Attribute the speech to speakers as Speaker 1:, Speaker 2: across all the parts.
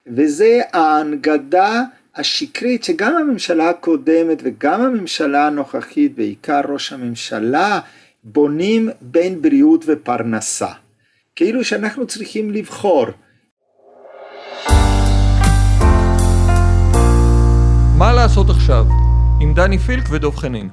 Speaker 1: וזה ההנגדה השקרית שגם הממשלה הקודמת וגם הממשלה הנוכחית, בעיקר ראש הממשלה, בונים בין בריאות ופרנסה. כאילו שאנחנו צריכים לבחור.
Speaker 2: מה לעשות עכשיו? עם דני פילק ודוב חנין.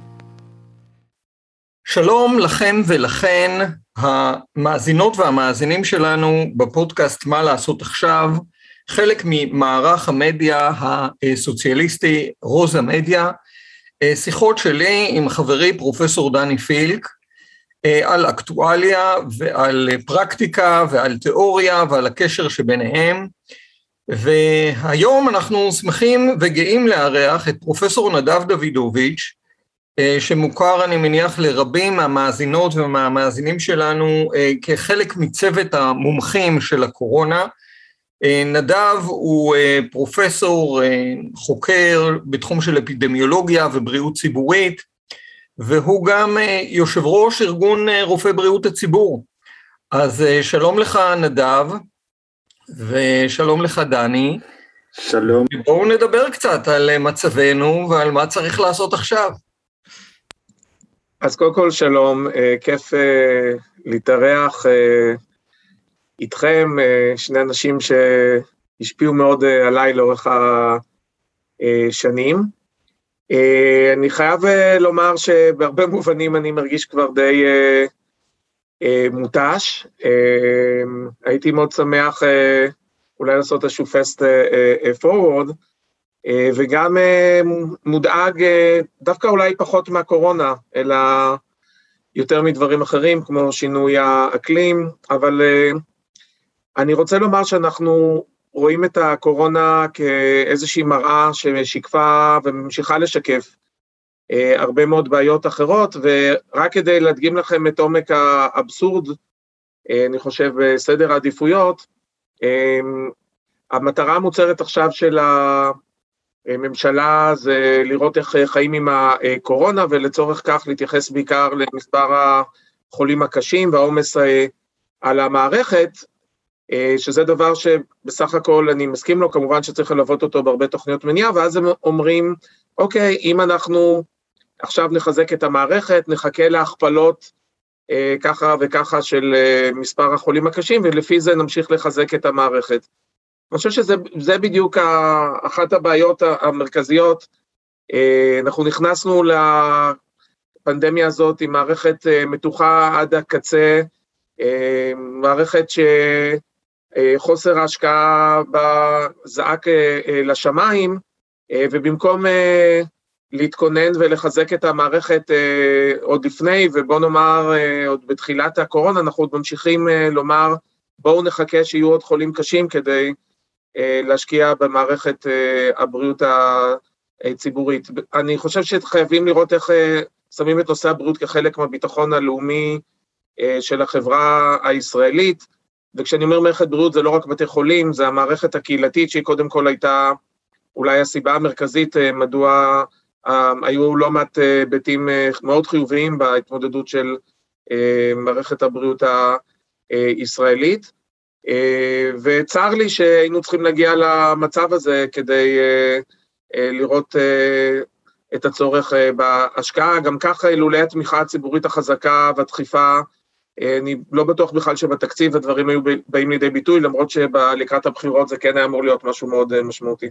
Speaker 2: שלום לכם ולכן, המאזינות והמאזינים שלנו בפודקאסט מה לעשות עכשיו, חלק ממערך המדיה הסוציאליסטי רוזה מדיה, שיחות שלי עם חברי פרופסור דני פילק, על אקטואליה ועל פרקטיקה ועל תיאוריה ועל הקשר שביניהם, והיום אנחנו שמחים וגאים לארח את פרופסור נדב דוידוביץ', שמוכר אני מניח לרבים מהמאזינות ומהמאזינים שלנו כחלק מצוות המומחים של הקורונה. נדב הוא פרופסור חוקר בתחום של אפידמיולוגיה ובריאות ציבורית, והוא גם יושב ראש ארגון רופאי בריאות הציבור. אז שלום לך נדב, ושלום לך דני.
Speaker 1: שלום.
Speaker 2: בואו נדבר קצת על מצבנו ועל מה צריך לעשות עכשיו.
Speaker 3: אז קודם כל שלום, כיף להתארח איתכם, שני אנשים שהשפיעו מאוד עליי לאורך השנים. אני חייב לומר שבהרבה מובנים אני מרגיש כבר די מותש. הייתי מאוד שמח אולי לעשות איזשהו פסט פורוורד, וגם מודאג דווקא אולי פחות מהקורונה, אלא יותר מדברים אחרים כמו שינוי האקלים, אבל אני רוצה לומר שאנחנו רואים את הקורונה כאיזושהי מראה ששיקפה וממשיכה לשקף הרבה מאוד בעיות אחרות, ורק כדי להדגים לכם את עומק האבסורד, אני חושב בסדר העדיפויות, המטרה המוצהרת עכשיו של הממשלה זה לראות איך חיים עם הקורונה, ולצורך כך להתייחס בעיקר למספר החולים הקשים והעומס על המערכת, שזה דבר שבסך הכל אני מסכים לו, כמובן שצריך ללוות אותו בהרבה תוכניות מניעה, ואז הם אומרים, אוקיי, אם אנחנו עכשיו נחזק את המערכת, נחכה להכפלות ככה וככה של מספר החולים הקשים, ולפי זה נמשיך לחזק את המערכת. אני חושב שזה בדיוק אחת הבעיות המרכזיות. אנחנו נכנסנו לפנדמיה הזאת עם מערכת מתוחה עד הקצה, מערכת שחוסר ההשקעה זעק לשמיים, ובמקום להתכונן ולחזק את המערכת עוד לפני, ובוא נאמר עוד בתחילת הקורונה, אנחנו עוד ממשיכים לומר, בואו נחכה שיהיו עוד חולים קשים כדי להשקיע במערכת הבריאות הציבורית. אני חושב שחייבים לראות איך שמים את נושא הבריאות כחלק מהביטחון הלאומי של החברה הישראלית, וכשאני אומר מערכת בריאות זה לא רק בתי חולים, זה המערכת הקהילתית שהיא קודם כל הייתה אולי הסיבה המרכזית מדוע היו לא מעט היבטים מאוד חיוביים בהתמודדות של מערכת הבריאות הישראלית, וצר לי שהיינו צריכים להגיע למצב הזה כדי לראות את הצורך בהשקעה. גם ככה אילולא התמיכה הציבורית החזקה והדחיפה, אני לא בטוח בכלל שבתקציב הדברים היו באים לידי ביטוי, למרות שלקראת הבחירות זה כן היה אמור להיות משהו מאוד משמעותי.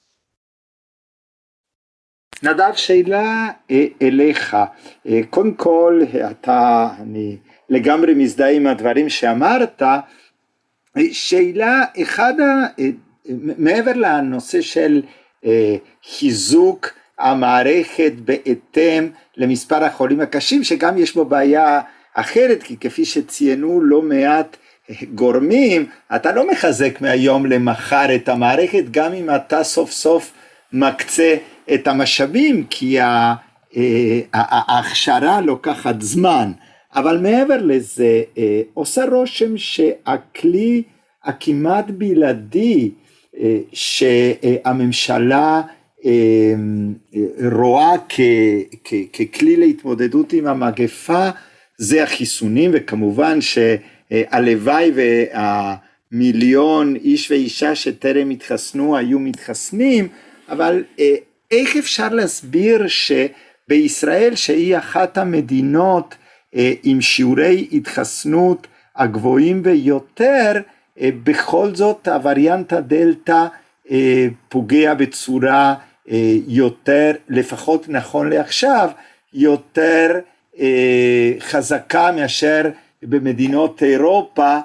Speaker 1: נדב, שאלה אליך. קודם כל, אני לגמרי מזדהה עם הדברים שאמרת. שאלה אחד, מעבר לנושא של חיזוק המערכת בהתאם למספר החולים הקשים, שגם יש בו בעיה אחרת, כי כפי שציינו לא מעט גורמים, אתה לא מחזק מהיום למחר את המערכת, גם אם אתה סוף סוף מקצה את המשאבים, כי ההכשרה לוקחת זמן. אבל מעבר לזה, עושה רושם שהכלי הכמעט בלעדי שהממשלה רואה ככלי להתמודדות עם המגפה, זה החיסונים, וכמובן שהלוואי מיליון איש ואישה שטרם התחסנו היו מתחסנים, אבל איך אפשר להסביר שבישראל, שהיא אחת המדינות עם שיעורי התחסנות הגבוהים ביותר, בכל זאת הווריאנט הדלתא פוגע בצורה יותר, לפחות נכון לעכשיו, יותר חזקה מאשר במדינות אירופה,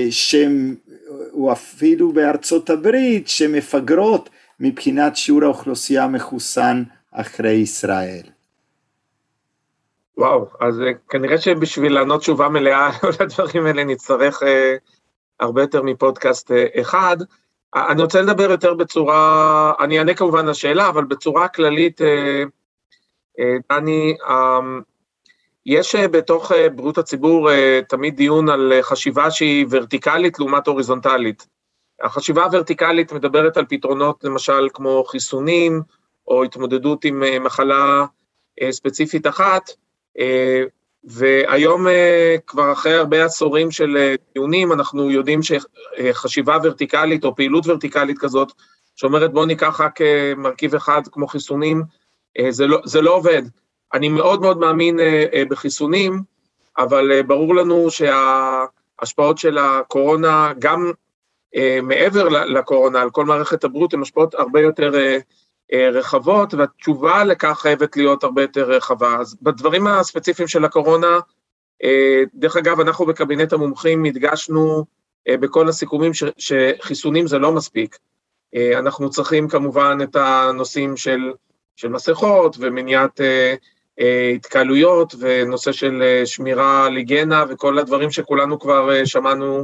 Speaker 1: או אפילו בארצות הברית, שמפגרות מבחינת שיעור האוכלוסייה המחוסן אחרי ישראל.
Speaker 3: וואו, אז כנראה שבשביל לענות תשובה מלאה על הדברים האלה נצטרך הרבה יותר מפודקאסט אחד. אני רוצה לדבר יותר בצורה, אני אענה כמובן לשאלה, אבל בצורה כללית, דני, יש בתוך בריאות הציבור תמיד דיון על חשיבה שהיא ורטיקלית לעומת הוריזונטלית. החשיבה הוורטיקלית מדברת על פתרונות למשל כמו חיסונים, או התמודדות עם מחלה ספציפית אחת, והיום כבר אחרי הרבה עשורים של דיונים, אנחנו יודעים שחשיבה ורטיקלית או פעילות ורטיקלית כזאת, שאומרת בוא ניקח רק מרכיב אחד כמו חיסונים, זה לא עובד. אני מאוד מאוד מאמין בחיסונים, אבל ברור לנו שההשפעות של הקורונה, גם מעבר לקורונה, על כל מערכת הבריאות, הן השפעות הרבה יותר רחבות, והתשובה לכך חייבת להיות הרבה יותר רחבה. אז בדברים הספציפיים של הקורונה, דרך אגב, אנחנו בקבינט המומחים הדגשנו בכל הסיכומים שחיסונים זה לא מספיק. אנחנו צריכים כמובן את הנושאים של מסכות ומניעת התקהלויות ונושא של שמירה על היגיינה וכל הדברים שכולנו כבר שמענו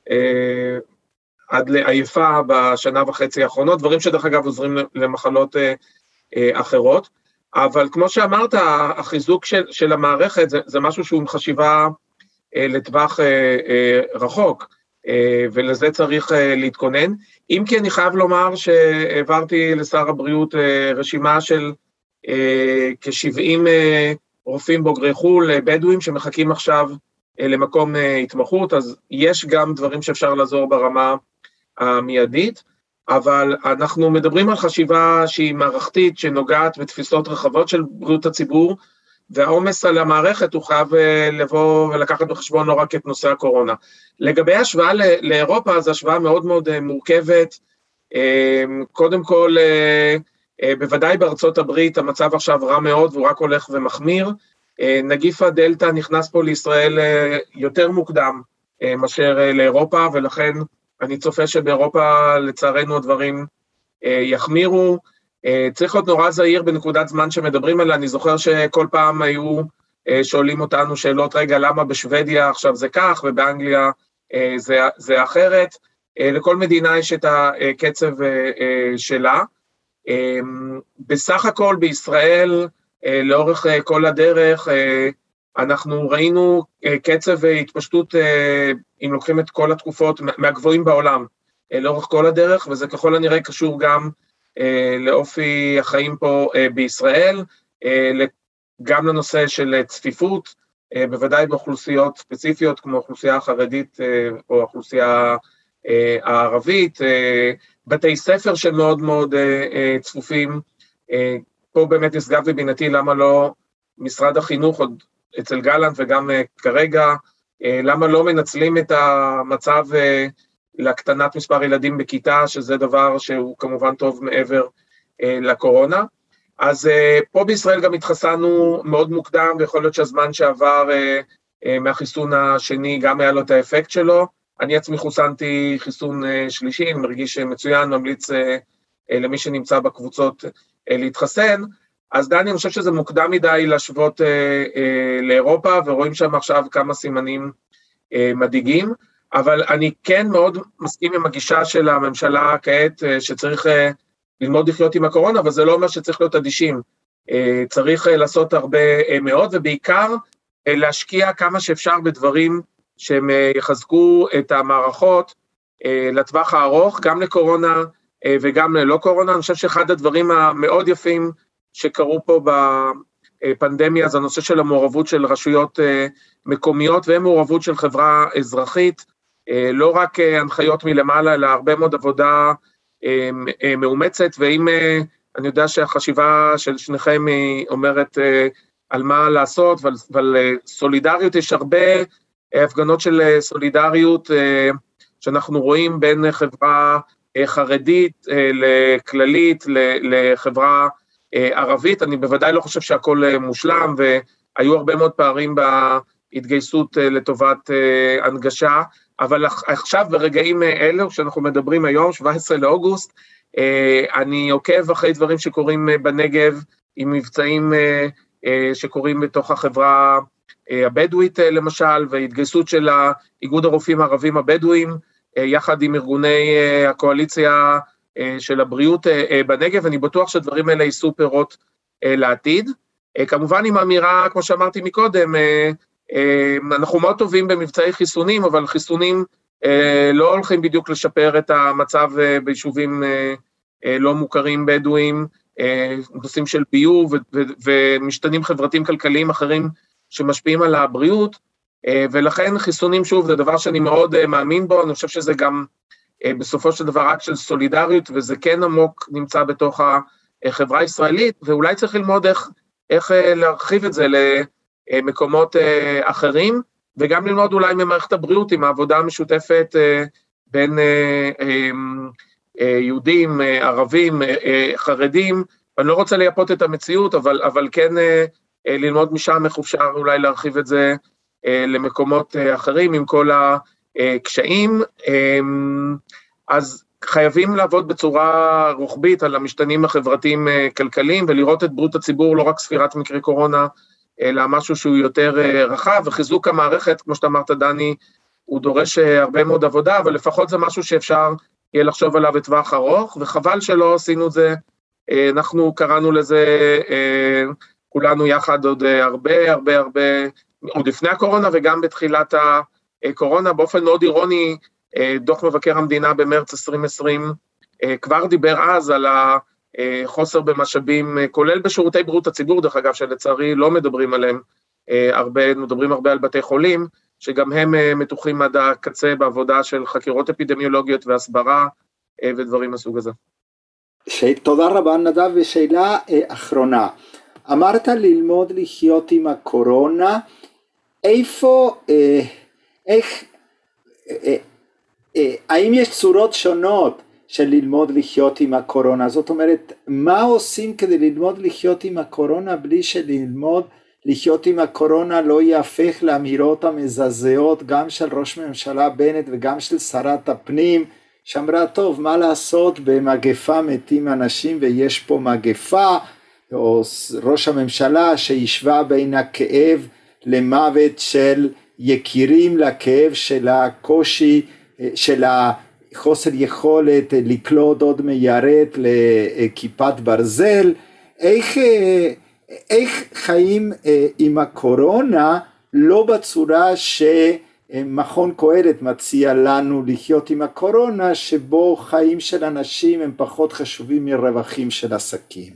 Speaker 3: עד לעייפה בשנה וחצי האחרונות, דברים שדרך אגב עוזרים למחלות אחרות, אבל כמו שאמרת, החיזוק של המערכת זה משהו שהוא עם חשיבה לטווח רחוק, ולזה צריך להתכונן. אם כי אני חייב לומר שהעברתי לשר הבריאות רשימה של כ-70 רופאים בוגרי חו"ל, בדואים שמחכים עכשיו למקום התמחות, אז יש גם דברים שאפשר לעזור ברמה המיידית, אבל אנחנו מדברים על חשיבה שהיא מערכתית, שנוגעת בתפיסות רחבות של בריאות הציבור, והעומס על המערכת הוא חייב לבוא ולקחת בחשבון לא רק את נושא הקורונה. לגבי השוואה לאירופה, זו השוואה מאוד מאוד מורכבת, קודם כל, בוודאי בארצות הברית המצב עכשיו רע מאוד והוא רק הולך ומחמיר, נגיף הדלתא נכנס פה לישראל יותר מוקדם מאשר לאירופה, ולכן אני צופה שבאירופה לצערנו הדברים יחמירו. צריך להיות נורא זהיר בנקודת זמן שמדברים עליה, אני זוכר שכל פעם היו שואלים אותנו שאלות, רגע למה בשוודיה עכשיו זה כך ובאנגליה זה אחרת, לכל מדינה יש את הקצב שלה. בסך הכל בישראל לאורך כל הדרך אנחנו ראינו קצב התפשטות, אם לוקחים את כל התקופות, מהגבוהים בעולם לאורך כל הדרך, וזה ככל הנראה קשור גם לאופי החיים פה בישראל, גם לנושא של צפיפות, בוודאי באוכלוסיות ספציפיות כמו האוכלוסייה החרדית או האוכלוסייה הערבית, בתי ספר שמאוד מאוד צפופים, פה באמת נשגב בבינתי למה לא משרד החינוך עוד אצל גלנט וגם כרגע, למה לא מנצלים את המצב להקטנת מספר ילדים בכיתה, שזה דבר שהוא כמובן טוב מעבר לקורונה. אז פה בישראל גם התחסנו מאוד מוקדם, ויכול להיות שהזמן שעבר מהחיסון השני גם היה לו את האפקט שלו. אני עצמי חוסנתי חיסון שלישי, מרגיש מצוין, ממליץ למי שנמצא בקבוצות להתחסן. אז דני, אני חושב שזה מוקדם מדי להשוות לאירופה, ורואים שם עכשיו כמה סימנים מדאיגים, אבל אני כן מאוד מסכים עם הגישה של הממשלה כעת, שצריך ללמוד לחיות עם הקורונה, אבל זה לא אומר שצריך להיות אדישים. צריך לעשות הרבה מאוד, ובעיקר להשקיע כמה שאפשר בדברים שהם יחזקו את המערכות לטווח הארוך, גם לקורונה וגם ללא קורונה. אני חושב שאחד הדברים המאוד יפים שקרו פה בפנדמיה, זה הנושא של המעורבות של רשויות מקומיות, ומעורבות של חברה אזרחית, לא רק הנחיות מלמעלה, אלא הרבה מאוד עבודה מאומצת, ואם אני יודע שהחשיבה של שניכם היא אומרת על מה לעשות, ועל סולידריות, יש הרבה הפגנות של סולידריות שאנחנו רואים בין חברה חרדית לכללית, לחברה ערבית. אני בוודאי לא חושב שהכל מושלם, והיו הרבה מאוד פערים בהתגייסות לטובת הנגשה, אבל עכשיו ברגעים אלו, כשאנחנו מדברים היום, 17 לאוגוסט, אני עוקב אחרי דברים שקורים בנגב, עם מבצעים שקורים בתוך החברה הבדואית למשל, והתגייסות של איגוד הרופאים הערבים הבדואים, יחד עם ארגוני הקואליציה של הבריאות בנגב. אני בטוח שהדברים האלה יישאו פירות לעתיד. כמובן עם אמירה, כמו שאמרתי מקודם, אנחנו מאוד טובים במבצעי חיסונים, אבל חיסונים לא הולכים בדיוק לשפר את המצב ביישובים לא מוכרים בדואים, נושאים של ביוב ומשתנים חברתיים כלכליים אחרים שמשפיעים על הבריאות, ולכן חיסונים, שוב, זה דבר שאני מאוד מאמין בו. אני חושב שזה גם בסופו של דבר רק של סולידריות, וזה כן עמוק נמצא בתוך החברה הישראלית, ואולי צריך ללמוד איך להרחיב את זה למקומות אחרים, וגם ללמוד אולי ממערכת הבריאות עם העבודה המשותפת בין יהודים, ערבים, חרדים. אני לא רוצה לייפות את המציאות, אבל כן ללמוד משם איך אפשר אולי להרחיב את זה למקומות אחרים עם כל הקשיים. אז חייבים לעבוד בצורה רוחבית על המשתנים החברתיים כלכליים, ולראות את בריאות הציבור לא רק ספירת מקרי קורונה, אלא משהו שהוא יותר רחב, וחיזוק המערכת, כמו שאתה אמרת דני, הוא דורש הרבה מאוד עבודה, אבל לפחות זה משהו שאפשר יהיה לחשוב עליו בטווח ארוך, וחבל שלא עשינו את זה. אנחנו קראנו לזה כולנו יחד עוד הרבה, עוד לפני הקורונה וגם בתחילת הקורונה. באופן מאוד אירוני, דוח מבקר המדינה במרץ 2020 כבר דיבר אז על החוסר במשאבים, כולל בשירותי בריאות הציבור, דרך אגב, שלצערי לא מדברים עליהם הרבה, מדברים הרבה על בתי חולים, שגם הם מתוחים עד הקצה בעבודה של חקירות אפידמיולוגיות והסברה ודברים מסוג הזה.
Speaker 1: תודה רבה נדב. ושאלה אחרונה, אמרת ללמוד לחיות עם הקורונה, האם יש צורות שונות של ללמוד לחיות עם הקורונה? זאת אומרת, מה עושים כדי ללמוד לחיות עם הקורונה, בלי שללמוד לחיות עם הקורונה לא יהפך לאמירות המזעזעות, גם של ראש ממשלה בנט וגם של שרת הפנים, שאמרה, טוב, מה לעשות, במגפה מתים אנשים ויש פה מגפה, או ראש הממשלה שהשווה בין הכאב למוות של יקירים לכאב של הקושי, של החוסר יכולת לקלוט עוד מיירט לכיפת ברזל. איך חיים עם הקורונה, לא בצורה שמכון קהלת מציע לנו לחיות עם הקורונה, שבו חיים של אנשים הם פחות חשובים מרווחים של עסקים.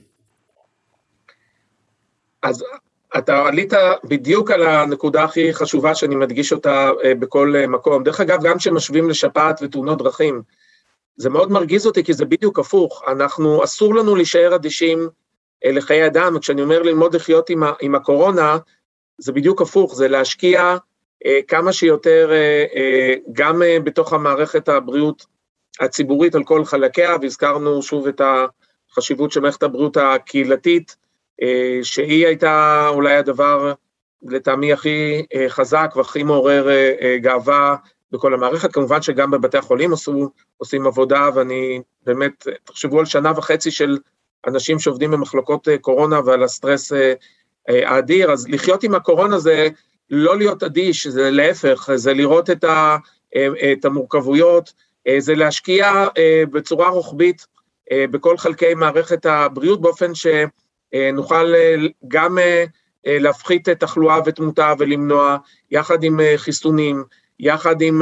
Speaker 3: אז אתה עלית בדיוק על הנקודה הכי חשובה שאני מדגיש אותה בכל מקום. דרך אגב, גם שמשווים לשפעת ותאונות דרכים, זה מאוד מרגיז אותי, כי זה בדיוק הפוך. אסור לנו להישאר אדישים לחיי אדם. כשאני אומר ללמוד לחיות עם הקורונה, זה בדיוק הפוך, זה להשקיע כמה שיותר גם בתוך המערכת הבריאות הציבורית על כל חלקיה, והזכרנו שוב את החשיבות של מערכת הבריאות הקהילתית, שהיא הייתה אולי הדבר לטעמי הכי חזק והכי מעורר גאווה בכל המערכת. כמובן שגם בבתי החולים עושים עבודה, ואני באמת, תחשבו על 1.5 שנה של אנשים שעובדים במחלקות קורונה ועל הסטרס האדיר. אז לחיות עם הקורונה זה לא להיות אדיש, זה להפך, זה לראות את המורכבויות, זה להשקיע בצורה רוחבית בכל חלקי מערכת הבריאות, באופן שנוכל גם להפחית תחלואה ותמותה ולמנוע, יחד עם חיסונים, יחד עם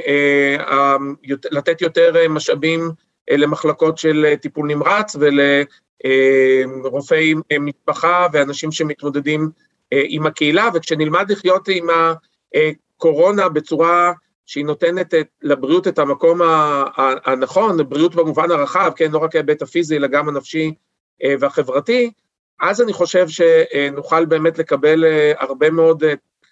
Speaker 3: לתת יותר משאבים למחלקות של טיפול נמרץ ולרופאי משפחה ואנשים שמתמודדים עם הקהילה. וכשנלמד לחיות עם הקורונה בצורה שהיא נותנת לבריאות את המקום הנכון, בריאות במובן הרחב, כן, לא רק ההיבט הפיזי, אלא גם הנפשי והחברתי, אז אני חושב שנוכל באמת לקבל הרבה מאוד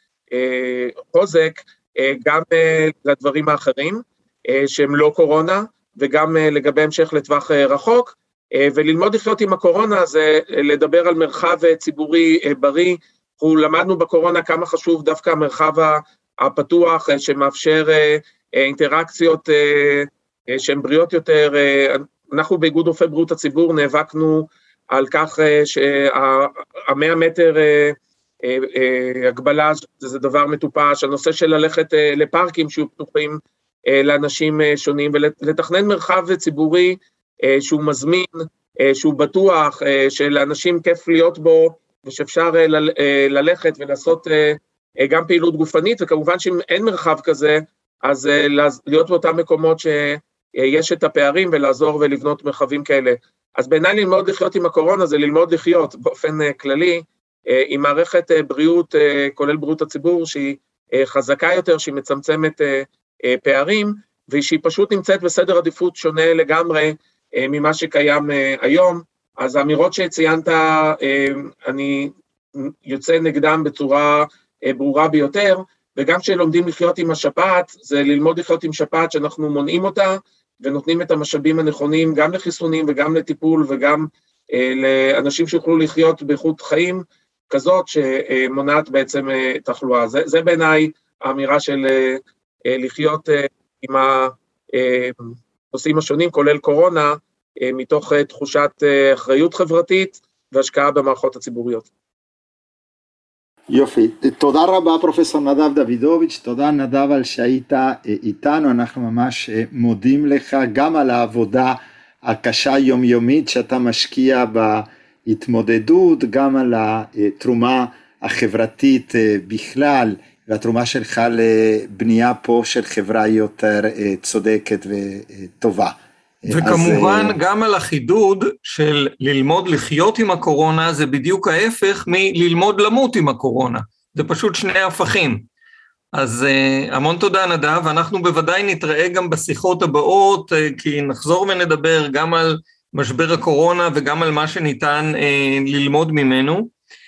Speaker 3: חוזק, גם לדברים האחרים, שהם לא קורונה, וגם לגבי המשך לטווח רחוק, וללמוד לחיות עם הקורונה, זה לדבר על מרחב ציבורי בריא, אנחנו למדנו בקורונה כמה חשוב דווקא המרחב הפתוח, שמאפשר אינטראקציות שהן בריאות יותר, אנחנו באיגוד רופאי בריאות הציבור נאבקנו על כך שה100 מטר הגבלה זה דבר מטופש, הנושא של ללכת לפארקים שיהיו פתוחים לאנשים שונים, ולתכנן מרחב ציבורי שהוא מזמין, שהוא בטוח, שלאנשים כיף להיות בו, ושאפשר ללכת ולעשות גם פעילות גופנית, וכמובן שאם אין מרחב כזה, אז להיות באותם מקומות שיש את הפערים, ולעזור ולבנות מרחבים כאלה. אז בעיניי ללמוד לחיות עם הקורונה, זה ללמוד לחיות באופן כללי, עם מערכת בריאות, כולל בריאות הציבור, שהיא חזקה יותר, שהיא מצמצמת פערים, ושהיא פשוט נמצאת בסדר עדיפות שונה לגמרי ממה שקיים היום. אז האמירות שציינת, אני יוצא נגדם בצורה ברורה ביותר, וגם כשלומדים לחיות עם השפעת, זה ללמוד לחיות עם שפעת שאנחנו מונעים אותה, ונותנים את המשאבים הנכונים גם לחיסונים וגם לטיפול, וגם לאנשים שיוכלו לחיות באיכות חיים כזאת, שמונעת בעצם תחלואה. זה בעיניי האמירה של לחיות עם הנושאים השונים, כולל קורונה, מתוך תחושת אחריות חברתית והשקעה במערכות הציבוריות.
Speaker 1: יופי, תודה רבה פרופסור נדב דוידוביץ', תודה נדב על שהיית איתנו, אנחנו ממש מודים לך גם על העבודה הקשה יומיומית שאתה משקיע בהתמודדות, גם על התרומה החברתית בכלל, והתרומה שלך לבנייה פה של חברה יותר צודקת וטובה.
Speaker 2: וכמובן גם על החידוד של ללמוד לחיות עם הקורונה, זה בדיוק ההפך מללמוד למות עם הקורונה, זה פשוט שני הפכים. אז המון תודה נדב, ואנחנו בוודאי נתראה גם בשיחות הבאות, כי נחזור ונדבר גם על משבר הקורונה וגם על מה שניתן ללמוד ממנו.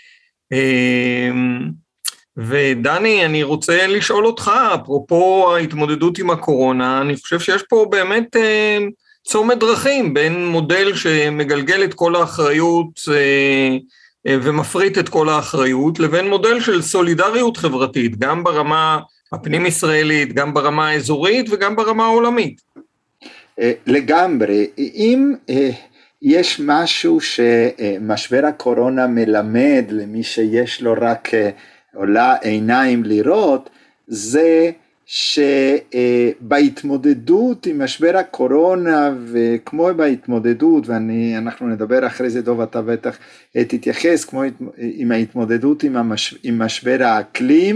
Speaker 2: ודני, אני רוצה לשאול אותך, אפרופו ההתמודדות עם הקורונה, אני חושב שיש פה באמת צומת דרכים בין מודל שמגלגל את כל האחריות ומפריט את כל האחריות, לבין מודל של סולידריות חברתית, גם ברמה הפנים ישראלית, גם ברמה האזורית וגם ברמה העולמית.
Speaker 1: לגמרי, אם יש משהו שמשבר הקורונה מלמד למי שיש לו רק עולה עיניים לראות, זה שבהתמודדות עם משבר הקורונה, וכמו בהתמודדות, ואנחנו נדבר אחרי זה, דוב אתה בטח תתייחס, כמו עם ההתמודדות עם משבר האקלים,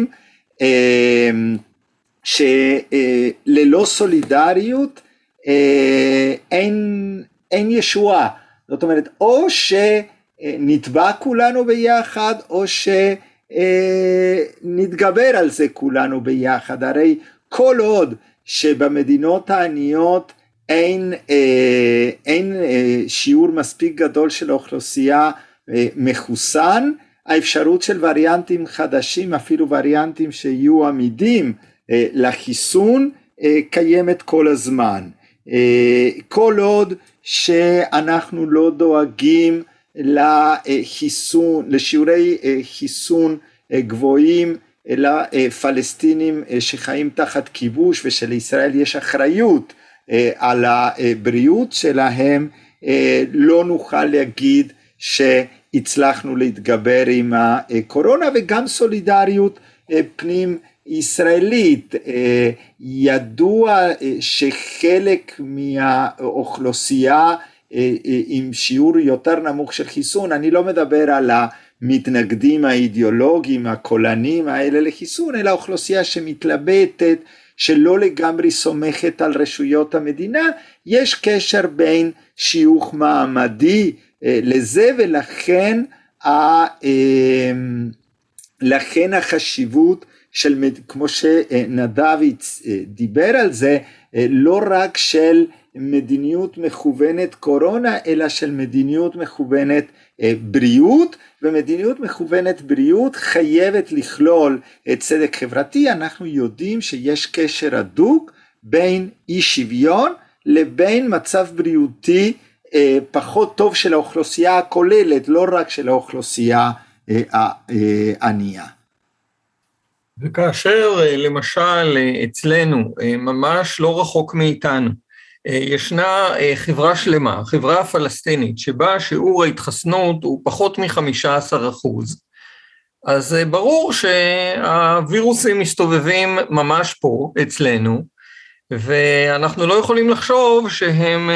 Speaker 1: שללא סולידריות אין ישועה. זאת אומרת, או שנטבע כולנו ביחד, או נתגבר על זה כולנו ביחד. הרי כל עוד שבמדינות העניות אין שיעור מספיק גדול של האוכלוסייה מחוסן, האפשרות של וריאנטים חדשים, אפילו וריאנטים שיהיו עמידים לחיסון, קיימת כל הזמן. כל עוד שאנחנו לא דואגים לחיסון, לשיעורי חיסון גבוהים לפלסטינים שחיים תחת כיבוש, ושלישראל יש אחריות על הבריאות שלהם, לא נוכל להגיד שהצלחנו להתגבר עם הקורונה. וגם סולידריות פנים ישראלית, ידוע שחלק מהאוכלוסייה עם שיעור יותר נמוך של חיסון, אני לא מדבר על המתנגדים האידיאולוגיים הקולנים האלה לחיסון, אלא אוכלוסייה שמתלבטת, שלא לגמרי סומכת על רשויות המדינה, יש קשר בין שיוך מעמדי לזה, ולכן לכן החשיבות כמו שנדב דיבר על זה, לא רק של מדיניות מכוונת קורונה, אלא של מדיניות מכוונת בריאות, ומדיניות מכוונת בריאות חייבת לכלול צדק חברתי. אנחנו יודעים שיש קשר הדוק בין אי שוויון לבין מצב בריאותי פחות טוב של האוכלוסייה הכוללת, לא רק של האוכלוסייה הענייה.
Speaker 2: וכאשר למשל אצלנו, ממש לא רחוק מאיתנו, ישנה חברה שלמה, חברה הפלסטינית, שבה שיעור ההתחסנות הוא פחות מ-15%, אז ברור שהווירוסים מסתובבים ממש פה אצלנו, ואנחנו לא יכולים לחשוב שהם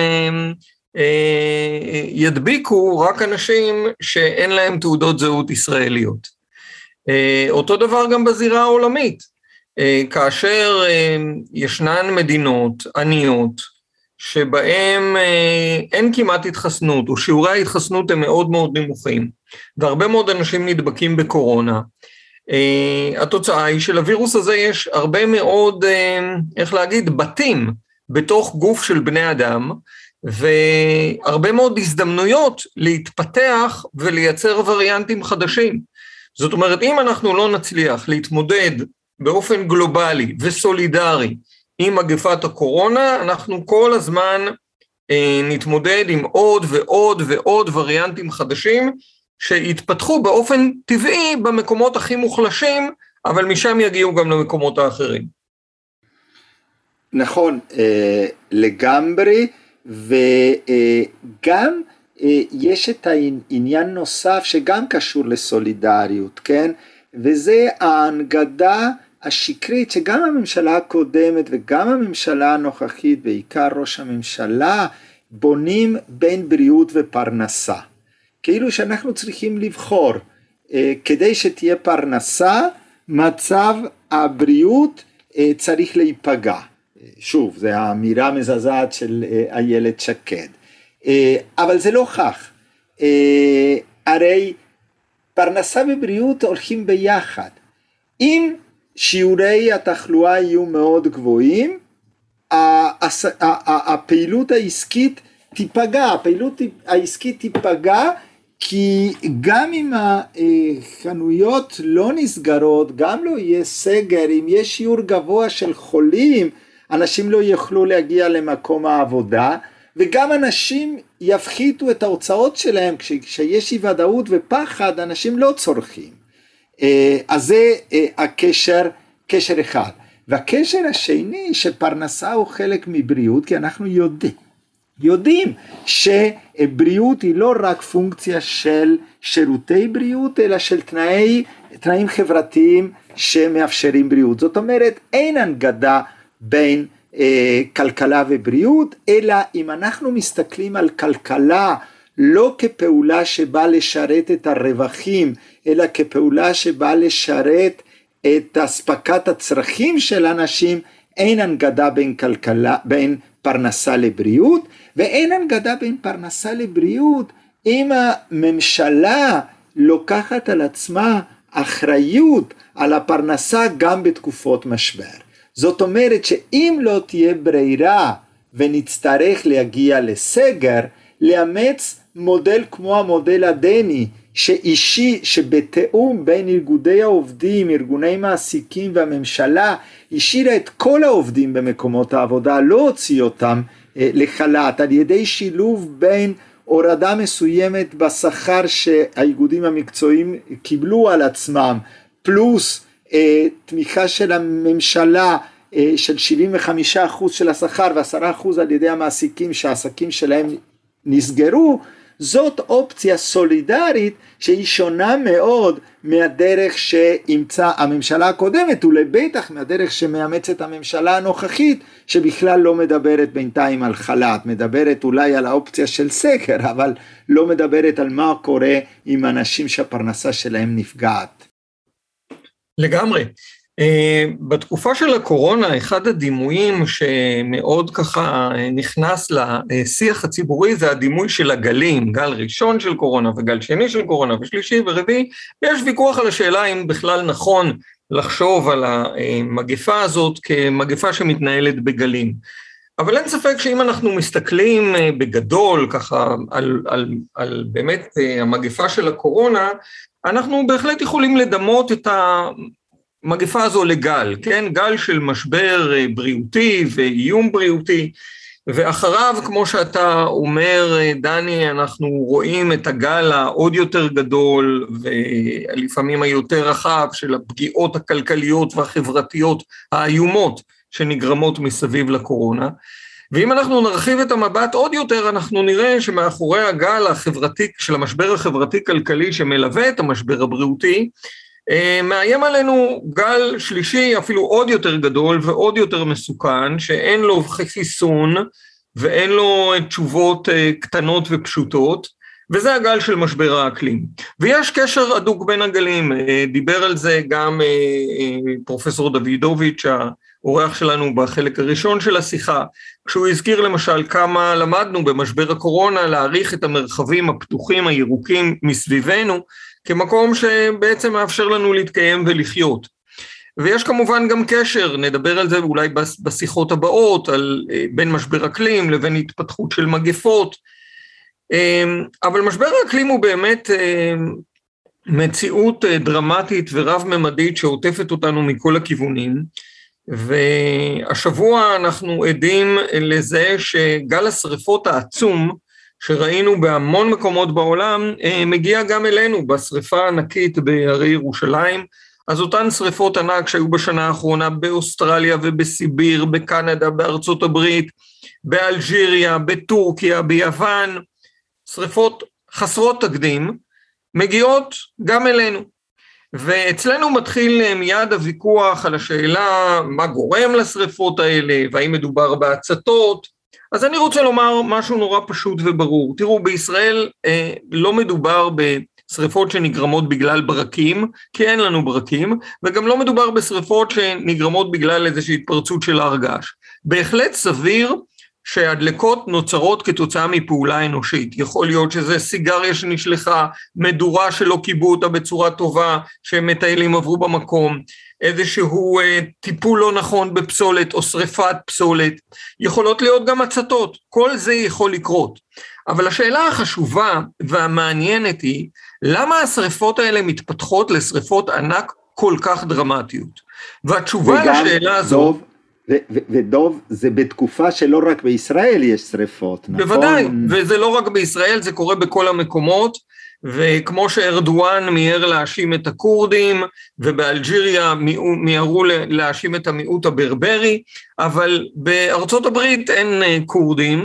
Speaker 2: ידביקו רק אנשים שאין להם תעודות זהות ישראליות. אותו דבר גם בזירה העולמית, כאשר ישנן מדינות עניות, שבהם אין כמעט התחסנות, או שיעורי ההתחסנות הם מאוד מאוד נמוכים, והרבה מאוד אנשים נדבקים בקורונה, התוצאה היא שלווירוס הזה יש הרבה מאוד, איך להגיד, בתים בתוך גוף של בני אדם, והרבה מאוד הזדמנויות להתפתח ולייצר וריאנטים חדשים. זאת אומרת, אם אנחנו לא נצליח להתמודד באופן גלובלי וסולידרי עם מגפת הקורונה, אנחנו כל הזמן נתמודד עם עוד ועוד ועוד וריאנטים חדשים, שהתפתחו באופן טבעי במקומות הכי מוחלשים, אבל משם יגיעו גם למקומות האחרים.
Speaker 1: נכון, לגמרי, וגם יש את העניין נוסף שגם קשור לסולידריות, כן? וזה ההנגדה השקרית שגם הממשלה הקודמת וגם הממשלה הנוכחית, בעיקר ראש הממשלה, בונים בין בריאות ופרנסה. כאילו שאנחנו צריכים לבחור, כדי שתהיה פרנסה, מצב הבריאות צריך להיפגע. שוב, זו האמירה המזעזעת של איילת שקד. אבל זה לא כך. הרי פרנסה ובריאות הולכים ביחד. אם שיעורי התחלואה יהיו מאוד גבוהים, הפעילות העסקית תיפגע, הפעילות העסקית תיפגע, כי גם אם החנויות לא נסגרות, גם לא יהיה סגר, אם יש שיעור גבוה של חולים, אנשים לא יוכלו להגיע למקום העבודה, וגם אנשים יפחיתו את ההוצאות שלהם, כשיש אי ודאות ופחד, אנשים לא צורכים. אז זה קשר אחד. והקשר השני, שפרנסה הוא חלק מבריאות, כי אנחנו יודעים שבריאות היא לא רק פונקציה של שירותי בריאות, אלא של תנאים חברתיים שמאפשרים בריאות. זאת אומרת, אין הנגדה בין כלכלה ובריאות, אלא אם אנחנו מסתכלים על כלכלה לא כפעולה שבאה לשרת את הרווחים, אלא כפעולה שבאה לשרת את הספקת הצרכים של אנשים, אין הנגדה בין פרנסה לבריאות, ואין הנגדה בין פרנסה לבריאות, אם הממשלה לוקחת על עצמה אחריות על הפרנסה גם בתקופות משבר. זאת אומרת שאם לא תהיה ברירה ונצטרך להגיע לסגר, לאמץ מודל כמו המודל הדני, שבתאום בין ארגוני העובדים, ארגוני מעסיקים והממשלה, השאירה את כל העובדים במקומות העבודה, לא הוציא אותם לחל"ת, על ידי שילוב בין הורדה מסוימת בשכר שהאיגודים המקצועיים קיבלו על עצמם, פלוס תמיכה של הממשלה של 75% של השכר ו10% על ידי המעסיקים שהעסקים שלהם נסגרו, זאת אופציה סולידרית שהיא שונה מאוד מהדרך שאימצה הממשלה הקודמת, ולבטח מהדרך שמאמצת הממשלה הנוכחית, שבכלל לא מדברת בינתיים על חל"ת, מדברת אולי על האופציה של סגר, אבל לא מדברת על מה קורה עם אנשים שהפרנסה שלהם נפגעת.
Speaker 2: לגמרי. בתקופה של הקורונה, אחד הדימויים שמאוד ככה נכנס לשיח הציבורי, זה הדימוי של הגלים, גל ראשון של קורונה וגל שני של קורונה ושלישי ורביעי. יש ויכוח על השאלה אם בכלל נכון לחשוב על המגפה הזאת כמגפה שמתנהלת בגלים. אבל אין ספק שאם אנחנו מסתכלים בגדול ככה על באמת המגפה של הקורונה, אנחנו בהחלט יכולים לדמות את המגפה הזו לגל, כן? גל של משבר בריאותי ואיום בריאותי, ואחריו, כמו שאתה אומר, דני, אנחנו רואים את הגל העוד יותר גדול, ולפעמים היותר רחב של הפגיעות הכלכליות והחברתיות האיומות שנגרמות מסביב לקורונה. ואם אנחנו נרחיב את המבט עוד יותר, אנחנו נראה שמאחורי הגל החברתי, של המשבר החברתי-כלכלי שמלווה את המשבר הבריאותי, מאיים עלינו גל שלישי אפילו עוד יותר גדול ועוד יותר מסוכן, שאין לו חיסון ואין לו תשובות קטנות ופשוטות, וזה הגל של משבר האקלים. ויש קשר הדוק בין הגלים, דיבר על זה גם פרופסור דוידוביץ', האורח שלנו בחלק הראשון של השיחה, כשהוא הזכיר למשל כמה למדנו במשבר הקורונה להעריך את המרחבים הפתוחים הירוקים מסביבנו, כמקום שבעצם מאפשר לנו להתקיים ולחיות. ויש כמובן גם קשר, נדבר על זה אולי בשיחות הבאות, בין משבר אקלים לבין התפתחות של מגפות, אבל משבר האקלים הוא באמת מציאות דרמטית ורב-ממדית שעוטפת אותנו מכל הכיוונים, והשבוע אנחנו עדים לזה שגל השריפות העצום שראינו בהמון מקומות בעולם מגיע גם אלינו בשריפה ענקית בהרי ירושלים. אז אותן שריפות ענק שהיו בשנה האחרונה באוסטרליה ובסיביר, בקנדה, בארצות הברית, באלג'יריה, בטורקיה, ביוון, שריפות חסרות תקדים, מגיעות גם אלינו. ואצלנו מתחיל מיד הוויכוח על השאלה מה גורם לשריפות האלה, והאם מדובר בהצתות. אז אני רוצה לומר משהו נורא פשוט וברור. תראו, בישראל לא מדובר בשריפות שנגרמות בגלל ברקים, כי אין לנו ברקים, וגם לא מדובר בשריפות שנגרמות בגלל איזושהי התפרצות של הר געש. בהחלט סביר שהדלקות נוצרות כתוצאה מפעולה אנושית. יכול להיות שזה סיגריה שנשלחה, מדורה שלא קיבו אותה בצורה טובה, שמטיילים עברו במקום, איזשהו טיפול לא נכון בפסולת או שריפת פסולת, יכולות להיות גם הצתות, כל זה יכול לקרות. אבל השאלה החשובה והמעניינת היא, למה השריפות האלה מתפתחות לשריפות ענק כל כך דרמטיות? והתשובה לשאלה הזו...
Speaker 1: ודוב, זה בתקופה שלא רק בישראל יש שריפות, נכון?
Speaker 2: בוודאי, וזה לא רק בישראל, זה קורה בכל המקומות, וכמו שארדואן מיהר להאשים את הקורדים, ובאלג'יריה מיהרו להאשים את המיעוט הברברי, אבל בארצות הברית אין קורדים,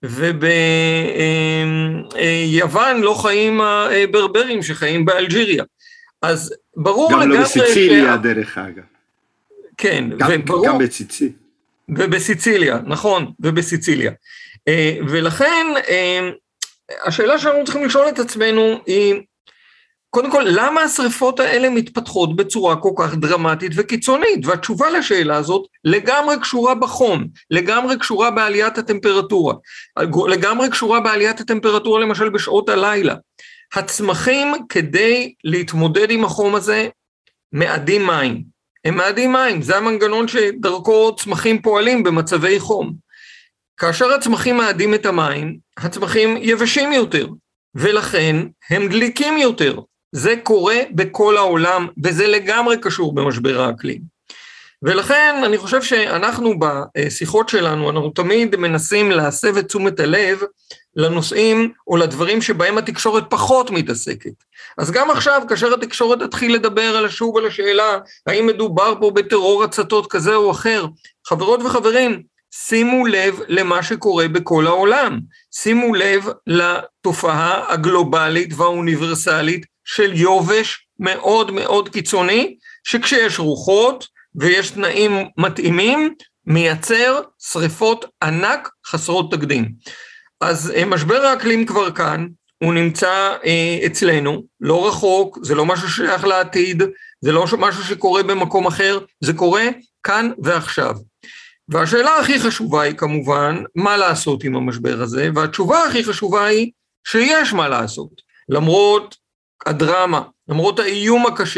Speaker 2: וביוון לא חיים הברברים שחיים באלג'יריה. אז ברור
Speaker 1: גם לא בסיציליה דרך אגב.
Speaker 2: כן,
Speaker 1: גם בציציליה.
Speaker 2: ובסיציליה, נכון, ובסיציליה. ולכן, השאלה שאנחנו צריכים לשאול את עצמנו היא, קודם כל, למה השריפות האלה מתפתחות בצורה כל כך דרמטית וקיצונית? והתשובה לשאלה הזאת לגמרי קשורה בחום, לגמרי קשורה בעליית הטמפרטורה, לגמרי קשורה בעליית הטמפרטורה למשל בשעות הלילה. הצמחים כדי להתמודד עם החום הזה מעדים מים. הם מעדים מים, זה המנגנון שדרכו צמחים פועלים במצבי חום. כאשר הצמחים מעדים את המים, הצמחים יבשים יותר, ולכן הם דליקים יותר. זה קורה בכל העולם, וזה לגמרי קשור במשבר האקלים. ולכן אני חושב שאנחנו בשיחות שלנו, אנחנו תמיד מנסים להסב את תשומת הלב לנושאים או לדברים שבהם התקשורת פחות מתעסקת. אז גם עכשיו, כאשר התקשורת תתחיל לדבר על שוב על השאלה, האם מדובר פה בטרור הצתות כזה או אחר, חברות וחברים, שימו לב למה שקורה בכל העולם, שימו לב לתופעה הגלובלית והאוניברסלית של יובש מאוד מאוד קיצוני, שכשיש רוחות ויש תנאים מתאימים, מייצר שריפות ענק חסרות תקדים. אז משבר האקלים כבר כאן, הוא נמצא אצלנו, לא רחוק, זה לא משהו שייך לעתיד, זה לא משהו שקורה במקום אחר, זה קורה כאן ועכשיו. והשאלה הכי חשובה היא כמובן, מה לעשות עם המשבר הזה, והתשובה הכי חשובה היא שיש מה לעשות, למרות הדרמה, למרות האיום הקשה,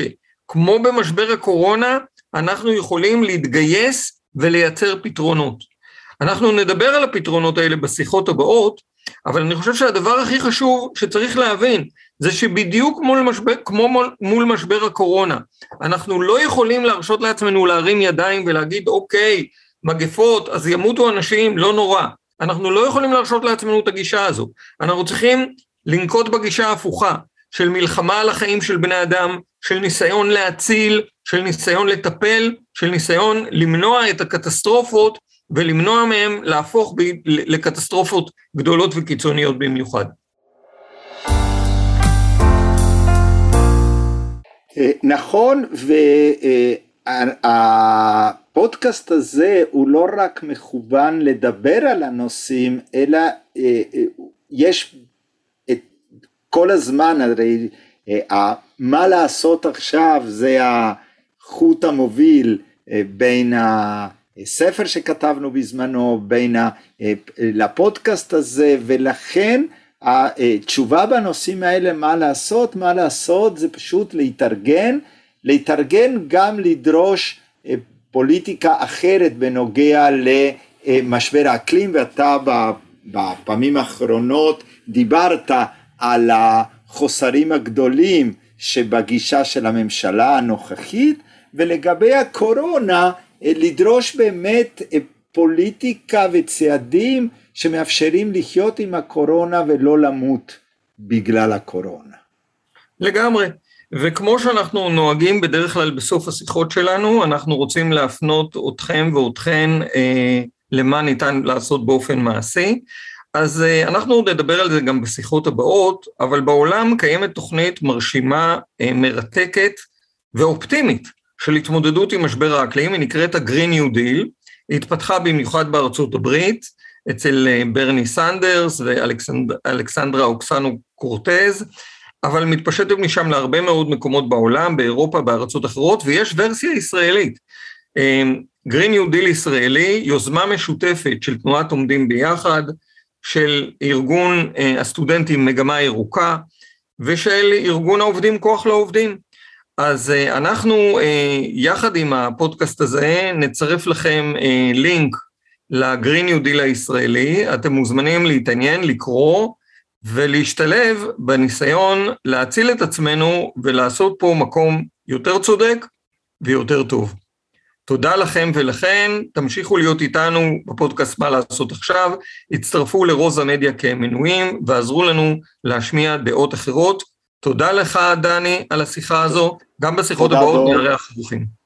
Speaker 2: כמו במשבר הקורונה, אנחנו יכולים להתגייס ולייצר פתרונות. אנחנו נדבר על הפתרונות האלה בשיחות הבאות, אבל אני חושב שהדבר הכי חשוב שצריך להבין, זה שבדיוק מול משבר הקורונה, אנחנו לא יכולים להרשות לעצמנו להרים ידיים ולהגיד, אוקיי, מגפות, אז ימותו אנשים, לא נורא. אנחנו לא יכולים להרשות לעצמנו את הגישה הזו. אנחנו צריכים לנקוט בגישה ההפוכה, של מלחמה על החיים של בני אדם, של ניסיון להציל, של ניסיון לטפל, של ניסיון למנוע את הקטסטרופות, ולמנוע מהם להפוך לקטסטרופות גדולות וקיצוניות במיוחד.
Speaker 1: נכון, והפודקאסט הזה הוא לא רק מכוון לדבר על הנושאים, אלא יש את כל הזמן, הרי מה לעשות עכשיו זה החוט המוביל בין הספר שכתבנו בזמנו, בין לפודקאסט הזה, ולכן התשובה בנושאים האלה מה לעשות זה פשוט להתארגן גם לדרוש פוליטיקה אחרת בנוגע למשבר האקלים, ואתה בפעמים האחרונות דיברת על החוסרים הגדולים שבגישה של הממשלה הנוכחית, ולגבי הקורונה לדרוש באמת פוליטיקה וצעדים שמאפשרים לחיות עם הקורונה ולא למות בגלל הקורונה.
Speaker 2: לגמרי, וכמו שאנחנו נוהגים בדרך כלל בסוף השיחות שלנו, אנחנו רוצים להפנות אתכם ואתכן למה ניתן לעשות באופן מעשי, אז אנחנו נדבר על זה גם בשיחות הבאות, אבל בעולם קיימת תוכנית מרשימה, מרתקת ואופטימית של התמודדות עם משבר האקלים, היא נקראת ה-Green New Deal, היא התפתחה במיוחד בארצות הברית, אצל ברני סנדרס ואלכסנדרה אוקסנו קורטז, אבל מתפשטת משם להרבה מאוד מקומות בעולם, באירופה, בארצות אחרות, ויש ורסיה ישראלית. Green New Deal ישראלי, יוזמה משותפת של תנועת עומדים ביחד, של ארגון הסטודנטים מגמה ירוקה, ושל ארגון העובדים כוח לעובדים. אז אנחנו יחד עם הפודקאסט הזה נצרף לכם לינק ל-Green New Deal הישראלי, אתם מוזמנים להתעניין, לקרוא ולהשתלב בניסיון להציל את עצמנו ולעשות פה מקום יותר צודק ויותר טוב. תודה לכם ולכן, תמשיכו להיות איתנו בפודקאסט מה לעשות עכשיו, הצטרפו לרוזה מדיה כמנויים ועזרו לנו להשמיע דעות אחרות. תודה לך דני על השיחה הזו, גם בשיחות הבאות נראה אחרוכים.